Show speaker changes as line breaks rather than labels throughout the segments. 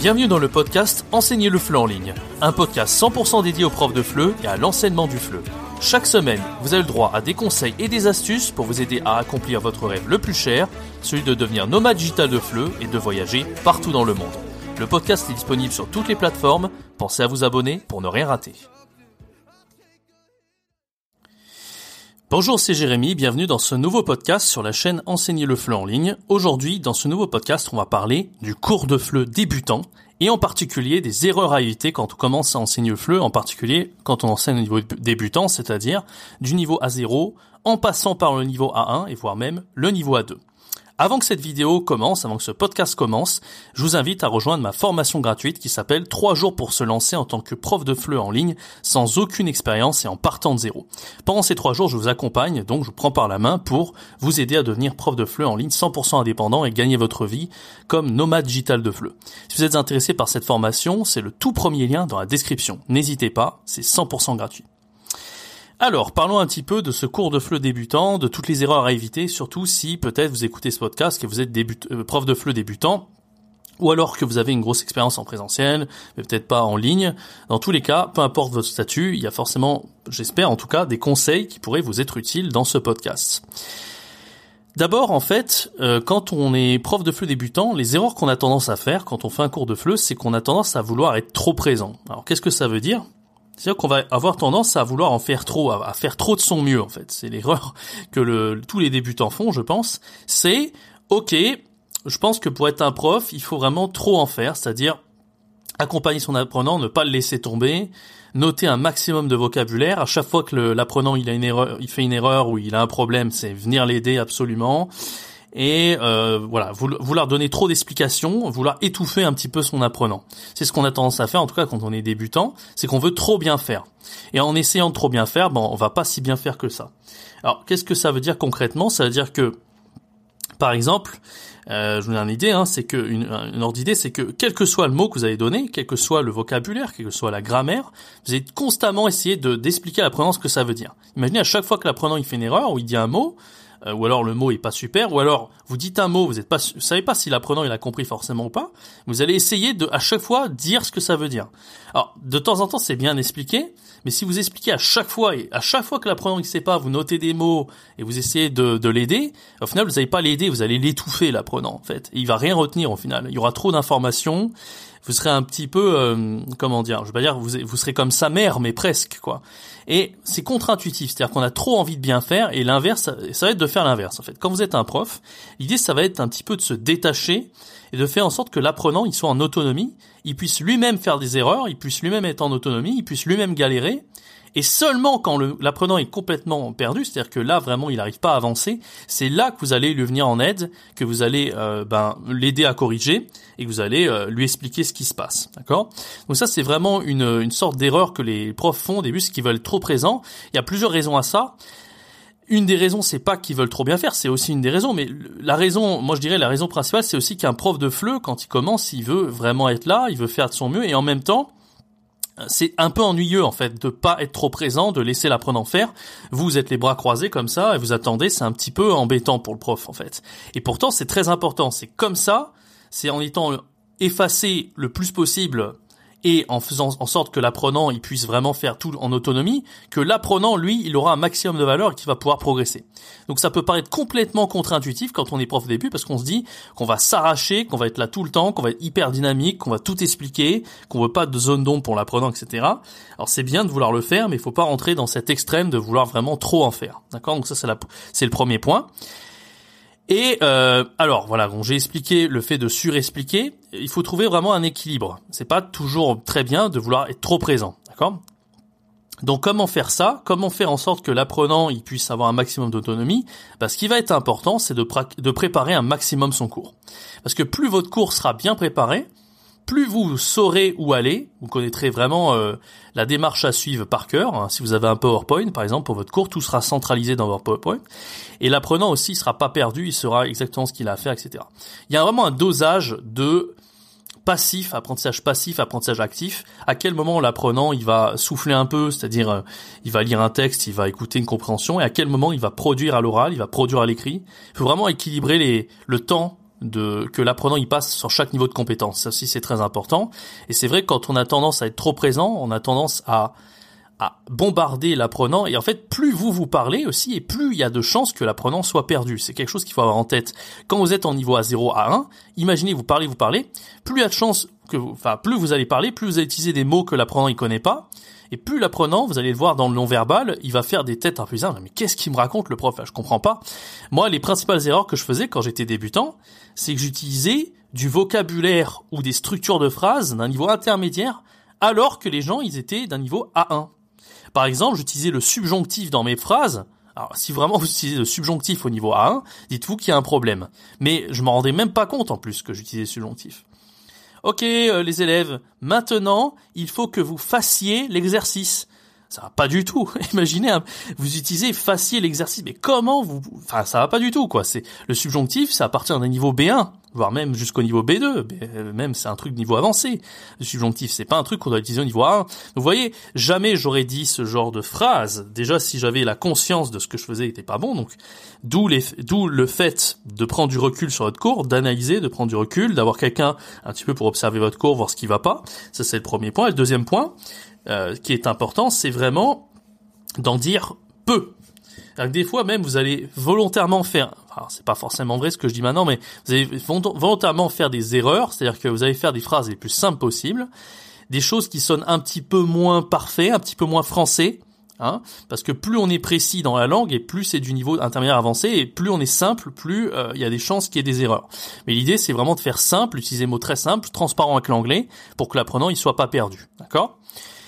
Bienvenue dans le podcast Enseigner le FLE en ligne, un podcast 100% dédié aux profs de FLE et à l'enseignement du FLE. Chaque semaine, vous avez le droit à des conseils et des astuces pour vous aider à accomplir votre rêve le plus cher, celui de devenir nomade digital de FLE et de voyager partout dans le monde. Le podcast est disponible sur toutes les plateformes, pensez à vous abonner pour ne rien rater. Bonjour, c'est Jérémy, bienvenue dans ce nouveau podcast sur la chaîne Enseigner le FLE en ligne. Aujourd'hui, dans ce nouveau podcast, on va parler du cours de FLE débutant et en particulier des erreurs à éviter quand on commence à enseigner le FLE, en particulier quand on enseigne au niveau débutant, c'est-à-dire du niveau A0 en passant par le niveau A1 et voire même le niveau A2. Avant que cette vidéo commence, avant que ce podcast commence, je vous invite à rejoindre ma formation gratuite qui s'appelle 3 jours pour se lancer en tant que prof de FLE en ligne sans aucune expérience et en partant de zéro. Pendant ces 3 jours, je vous accompagne, donc je vous prends par la main pour vous aider à devenir prof de FLE en ligne 100% indépendant et gagner votre vie comme nomade digital de FLE. Si vous êtes intéressé par cette formation, c'est le tout premier lien dans la description. N'hésitez pas, c'est 100% gratuit. Alors, parlons un petit peu de ce cours de FLE débutant, de toutes les erreurs à éviter, surtout si peut-être vous écoutez ce podcast et que vous êtes prof de FLE débutant, ou alors que vous avez une grosse expérience en présentiel, mais peut-être pas en ligne. Dans tous les cas, peu importe votre statut, il y a forcément, j'espère en tout cas, des conseils qui pourraient vous être utiles dans ce podcast. D'abord, en fait, quand on est prof de FLE débutant, les erreurs qu'on a tendance à faire quand on fait un cours de FLE, c'est qu'on a tendance à vouloir être trop présent. Alors, qu'est-ce que ça veut dire ? C'est-à-dire qu'on va avoir tendance à vouloir en faire trop, à faire trop de son mieux, en fait. C'est l'erreur que tous les débutants font, je pense. C'est, ok, je pense que pour être un prof, il faut vraiment trop en faire, c'est-à-dire accompagner son apprenant, ne pas le laisser tomber, noter un maximum de vocabulaire. À chaque fois que l'apprenant il fait une erreur ou il a un problème, c'est venir l'aider absolument. Et voilà, vouloir donner trop d'explications, vouloir étouffer un petit peu son apprenant. C'est ce qu'on a tendance à faire, en tout cas quand on est débutant, c'est qu'on veut trop bien faire. Et en essayant de trop bien faire, on va pas si bien faire que ça. Alors, qu'est-ce que ça veut dire concrètement ? Ça veut dire que, par exemple, je vous donne une idée, c'est que une ordre d'idée, c'est que quel que soit le mot que vous avez donné, quel que soit le vocabulaire, quelle que soit la grammaire, vous allez constamment essayer d'expliquer à l'apprenant ce que ça veut dire. Imaginez à chaque fois que l'apprenant il fait une erreur ou il dit un mot, ou alors le mot est pas super, ou alors vous dites un mot, vous savez pas si l'apprenant il a compris forcément ou pas, vous allez essayer de à chaque fois dire ce que ça veut dire. Alors de temps en temps c'est bien expliqué, mais si vous expliquez à chaque fois et à chaque fois que l'apprenant il sait pas, vous notez des mots et vous essayez de l'aider, au final vous n'allez pas l'aider, vous allez l'étouffer l'apprenant en fait, et il va rien retenir au final. Il y aura trop d'informations. Vous serez un petit peu, je vais pas dire vous serez comme sa mère, mais presque, quoi. Et c'est contre-intuitif, c'est-à-dire qu'on a trop envie de bien faire, et l'inverse, ça va être de faire l'inverse, en fait. Quand vous êtes un prof, l'idée, ça va être un petit peu de se détacher et de faire en sorte que l'apprenant, il soit en autonomie, il puisse lui-même faire des erreurs, il puisse lui-même être en autonomie, il puisse lui-même galérer. Et seulement quand l'apprenant est complètement perdu, c'est-à-dire que là vraiment il n'arrive pas à avancer, c'est là que vous allez lui venir en aide, que vous allez l'aider à corriger et que vous allez lui expliquer ce qui se passe, d'accord ? Donc ça c'est vraiment une sorte d'erreur que les profs font au début, c'est qu'ils veulent être trop présents. Il y a plusieurs raisons à ça. Une des raisons, c'est pas qu'ils veulent trop bien faire, c'est aussi une des raisons, mais la raison principale, c'est aussi qu'un prof de FLE, quand il commence, il veut vraiment être là, il veut faire de son mieux, et en même temps, c'est un peu ennuyeux en fait de pas être trop présent, de laisser l'apprenant faire. Vous êtes les bras croisés comme ça et vous attendez, c'est un petit peu embêtant pour le prof en fait. Et pourtant c'est très important, c'est comme ça, c'est en étant effacé le plus possible et en faisant en sorte que l'apprenant il puisse vraiment faire tout en autonomie, que l'apprenant lui il aura un maximum de valeur et qu'il va pouvoir progresser. Donc ça peut paraître complètement contre-intuitif quand on est prof au début parce qu'on se dit qu'on va s'arracher, qu'on va être là tout le temps, qu'on va être hyper dynamique, qu'on va tout expliquer, qu'on veut pas de zone d'ombre pour l'apprenant, etc. Alors c'est bien de vouloir le faire, mais il faut pas rentrer dans cet extrême de vouloir vraiment trop en faire. D'accord ? Donc ça c'est le premier point. Et alors voilà, j'ai expliqué le fait de surexpliquer. Il faut trouver vraiment un équilibre. C'est pas toujours très bien de vouloir être trop présent, d'accord ? Donc comment faire ça ? Comment faire en sorte que l'apprenant il puisse avoir un maximum d'autonomie ? Ce qui va être important, c'est de préparer un maximum son cours. Parce que plus votre cours sera bien préparé, plus vous saurez où aller, vous connaîtrez vraiment la démarche à suivre par cœur. Si vous avez un PowerPoint, par exemple, pour votre cours, tout sera centralisé dans votre PowerPoint. Et l'apprenant aussi, il sera pas perdu, il saura exactement ce qu'il a à faire, etc. Il y a vraiment un dosage de apprentissage passif, apprentissage actif. À quel moment l'apprenant, il va souffler un peu, c'est-à-dire il va lire un texte, il va écouter une compréhension, et à quel moment il va produire à l'oral, il va produire à l'écrit. Il faut vraiment équilibrer le temps que l'apprenant il passe sur chaque niveau de compétence. Ça aussi c'est très important. Et c'est vrai que quand on a tendance à être trop présent, on a tendance à bombarder l'apprenant, et en fait plus vous parlez aussi, et plus il y a de chances que l'apprenant soit perdu. C'est quelque chose qu'il faut avoir en tête. Quand vous êtes en niveau A0, A1, imaginez vous parlez, plus il y a de chances plus vous allez parler, plus vous allez utiliser des mots que l'apprenant il connaît pas, et plus l'apprenant, vous allez le voir dans le non-verbal, il va faire des têtes un peu bizarres. Mais qu'est-ce qu'il me raconte le prof là, je comprends pas. Moi, les principales erreurs que je faisais quand j'étais débutant, c'est que j'utilisais du vocabulaire ou des structures de phrases d'un niveau intermédiaire, alors que les gens ils étaient d'un niveau A1. Par exemple, j'utilisais le subjonctif dans mes phrases. Alors, si vraiment vous utilisez le subjonctif au niveau A1, dites-vous qu'il y a un problème. Mais je m'en rendais même pas compte en plus que j'utilisais le subjonctif. Ok, les élèves, maintenant, il faut que vous fassiez l'exercice. Ça va pas du tout. Imaginez, vous utilisez fassiez l'exercice, mais comment ça va pas du tout, quoi. C'est le subjonctif, ça appartient d'un niveau B1, voire même jusqu'au niveau B2. Même c'est un truc de niveau avancé. Le subjonctif, c'est pas un truc qu'on doit utiliser au niveau A1. Donc, vous voyez, jamais j'aurais dit ce genre de phrase. Déjà, si j'avais la conscience de ce que je faisais, était pas bon. Donc, d'où le fait de prendre du recul sur votre cours, d'analyser, de prendre du recul, d'avoir quelqu'un un petit peu pour observer votre cours, voir ce qui va pas. Ça, c'est le premier point. Et le deuxième point, qui est important, c'est vraiment d'en dire peu. Alors, des fois même, vous allez volontairement faire, enfin, c'est pas forcément vrai ce que je dis maintenant, mais vous allez volontairement faire des erreurs, c'est-à-dire que vous allez faire des phrases les plus simples possibles, des choses qui sonnent un petit peu moins parfait, un petit peu moins français, parce que plus on est précis dans la langue et plus c'est du niveau intermédiaire avancé, et plus on est simple, plus il y a des chances qu'il y ait des erreurs. Mais l'idée, c'est vraiment de faire simple, utiliser des mots très simples, transparents avec l'anglais, pour que l'apprenant il soit pas perdu, d'accord ?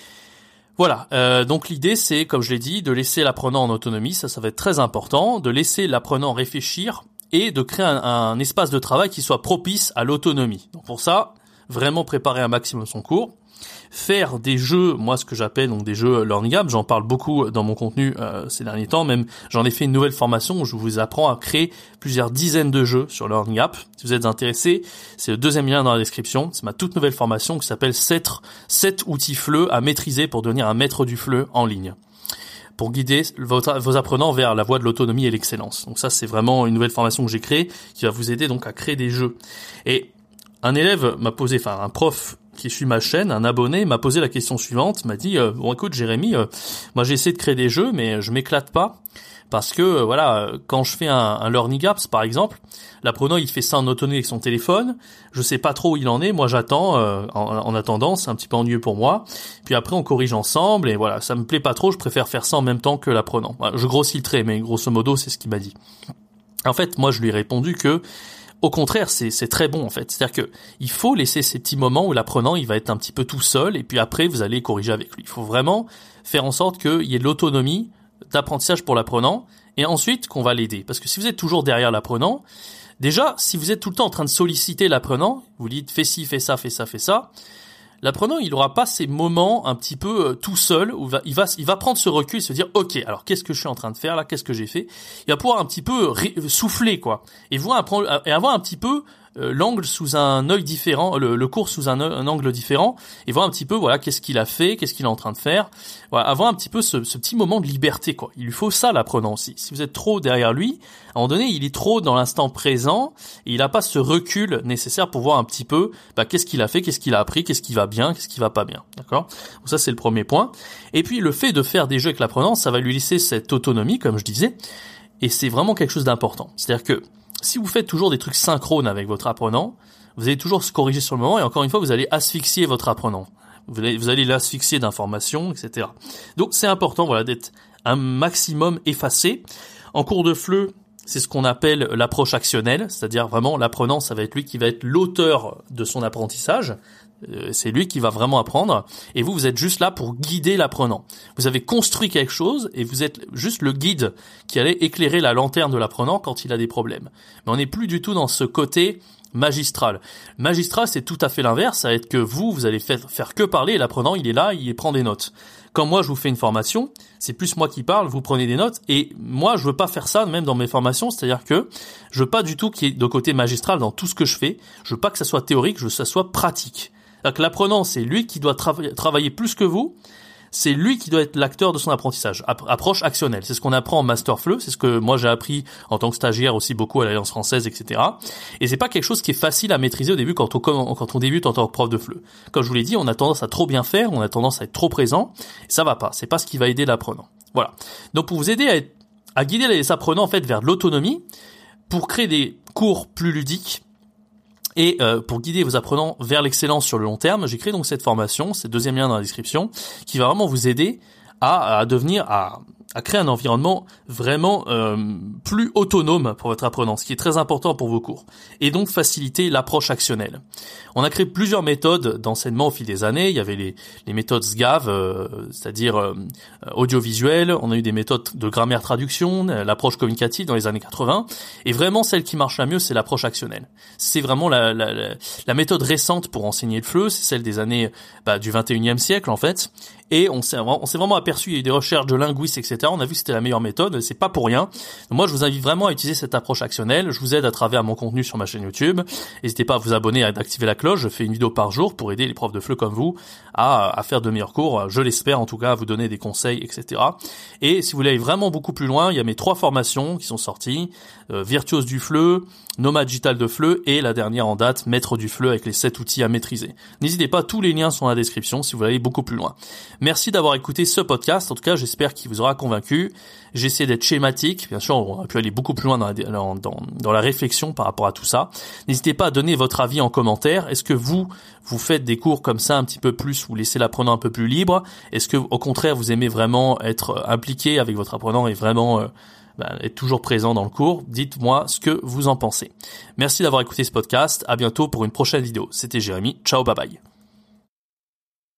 Voilà, donc l'idée c'est, comme je l'ai dit, de laisser l'apprenant en autonomie, ça va être très important, de laisser l'apprenant réfléchir et de créer un espace de travail qui soit propice à l'autonomie. Donc pour ça, vraiment préparer un maximum son cours, faire des jeux, moi ce que j'appelle donc des jeux Learning Gap, j'en parle beaucoup dans mon contenu ces derniers temps, même j'en ai fait une nouvelle formation où je vous apprends à créer plusieurs dizaines de jeux sur Learning Gap. Si vous êtes intéressé, c'est le deuxième lien dans la description, c'est ma toute nouvelle formation qui s'appelle 7 outils FLE à maîtriser pour devenir un maître du FLE en ligne, pour guider vos apprenants vers la voie de l'autonomie et l'excellence. Donc ça c'est vraiment une nouvelle formation que j'ai créée qui va vous aider donc à créer des jeux. Et un élève m'a posé, un prof qui suit ma chaîne, un abonné, m'a posé la question suivante, m'a dit bon écoute Jérémy, moi j'ai essayé de créer des jeux mais je m'éclate pas parce que quand je fais un Learning Apps par exemple, l'apprenant il fait ça en autonomie avec son téléphone, je sais pas trop où il en est, moi j'attends en attendant, c'est un petit peu ennuyeux pour moi. Puis après on corrige ensemble et voilà, ça me plaît pas trop, je préfère faire ça en même temps que l'apprenant. Voilà, je grossis le trait mais grosso modo c'est ce qu'il m'a dit. En fait, moi je lui ai répondu que au contraire, c'est très bon en fait. C'est-à-dire que il faut laisser ces petits moments où l'apprenant il va être un petit peu tout seul et puis après vous allez corriger avec lui. Il faut vraiment faire en sorte qu'il y ait de l'autonomie d'apprentissage pour l'apprenant et ensuite qu'on va l'aider. Parce que si vous êtes toujours derrière l'apprenant, déjà si vous êtes tout le temps en train de solliciter l'apprenant, vous lui dites fais ci, fais ça, fais ça, fais ça, l'apprenant, il aura pas ces moments un petit peu tout seul où il va prendre ce recul et se dire OK, alors qu'est-ce que je suis en train de faire là, qu'est-ce que j'ai fait, il va pouvoir un petit peu souffler quoi et avoir un petit peu l'angle sous un œil différent, le cours sous un angle différent et voir un petit peu qu'est-ce qu'il a fait, qu'est-ce qu'il est en train de faire, avoir un petit peu ce petit moment de liberté quoi. Il lui faut ça l'apprenant aussi. Si vous êtes trop derrière lui, à un moment donné, il est trop dans l'instant présent et il n'a pas ce recul nécessaire pour voir un petit peu qu'est-ce qu'il a fait, qu'est-ce qu'il a appris, qu'est-ce qui va bien, qu'est-ce qui va pas bien. D'accord ? Donc ça c'est le premier point. Et puis le fait de faire des jeux avec l'apprenant, ça va lui laisser cette autonomie comme je disais et c'est vraiment quelque chose d'important. C'est-à-dire que si vous faites toujours des trucs synchrones avec votre apprenant, vous allez toujours se corriger sur le moment et encore une fois, vous allez asphyxier votre apprenant. Vous allez l'asphyxier d'informations, etc. Donc c'est important d'être un maximum effacé. En cours de FLE, c'est ce qu'on appelle l'approche actionnelle, c'est-à-dire vraiment l'apprenant, ça va être lui qui va être l'auteur de son apprentissage. C'est lui qui va vraiment apprendre et vous êtes juste là pour guider l'apprenant. Vous avez construit quelque chose et vous êtes juste le guide qui allait éclairer la lanterne de l'apprenant quand il a des problèmes. Mais on n'est plus du tout dans ce côté magistral. Magistral, c'est tout à fait l'inverse, ça va être que vous allez faire que parler et l'apprenant, il est là, il prend des notes. Quand moi je vous fais une formation, c'est plus moi qui parle, vous prenez des notes et moi je veux pas faire ça même dans mes formations, c'est-à-dire que je veux pas du tout qu'il y ait de côté magistral dans tout ce que je fais, je veux pas que ça soit théorique, je veux que ça soit pratique. Donc l'apprenant, c'est lui qui doit travailler plus que vous. c'est lui qui doit être l'acteur de son apprentissage. Approche actionnelle, c'est ce qu'on apprend en master FLE, c'est ce que moi j'ai appris en tant que stagiaire aussi beaucoup à l'Alliance française, etc. Et c'est pas quelque chose qui est facile à maîtriser au début quand on débute en tant que prof de FLE. Comme je vous l'ai dit, on a tendance à trop bien faire, on a tendance à être trop présent, et ça va pas, c'est pas ce qui va aider l'apprenant. Voilà. Donc pour vous aider à guider les apprenants en fait vers de l'autonomie, pour créer des cours plus ludiques, et pour guider vos apprenants vers l'excellence sur le long terme, j'ai créé donc cette formation, c'est le deuxième lien dans la description, qui va vraiment vous aider à créer un environnement vraiment plus autonome pour votre apprenant, ce qui est très important pour vos cours, et donc faciliter l'approche actionnelle. On a créé plusieurs méthodes d'enseignement au fil des années. Il y avait les méthodes SGAV, c'est-à-dire audiovisuelles. On a eu des méthodes de grammaire-traduction, l'approche communicative dans les années 80, et vraiment celle qui marche la mieux, c'est l'approche actionnelle. C'est vraiment la méthode récente pour enseigner le FLE, c'est celle des années du 21e siècle en fait. Et on s'est vraiment aperçu, il y a eu des recherches de linguistes, etc. On a vu que c'était la meilleure méthode, c'est pas pour rien. Donc moi, je vous invite vraiment à utiliser cette approche actionnelle. Je vous aide à travers mon contenu sur ma chaîne YouTube. N'hésitez pas à vous abonner et à activer la cloche. Je fais une vidéo par jour pour aider les profs de FLE comme vous à faire de meilleurs cours. Je l'espère en tout cas, à vous donner des conseils, etc. Et si vous voulez aller vraiment beaucoup plus loin, il y a mes 3 formations qui sont sorties. Virtuose du FLE, Nomade digital de FLE et la dernière en date, Maître du FLE avec les 7 outils à maîtriser. N'hésitez pas, tous les liens sont dans la description si vous voulez aller beaucoup plus loin. Merci d'avoir écouté ce podcast. En tout cas, j'espère qu'il vous aura convaincu. J'essaie d'être schématique. Bien sûr, on a pu aller beaucoup plus loin dans la réflexion par rapport à tout ça. N'hésitez pas à donner votre avis en commentaire. Est-ce que vous faites des cours comme ça un petit peu plus, vous laissez l'apprenant un peu plus libre? Est-ce que, au contraire, vous aimez vraiment être impliqué avec votre apprenant et vraiment être toujours présent dans le cours? Dites-moi ce que vous en pensez. Merci d'avoir écouté ce podcast. À bientôt pour une prochaine vidéo. C'était Jérémy. Ciao, bye bye.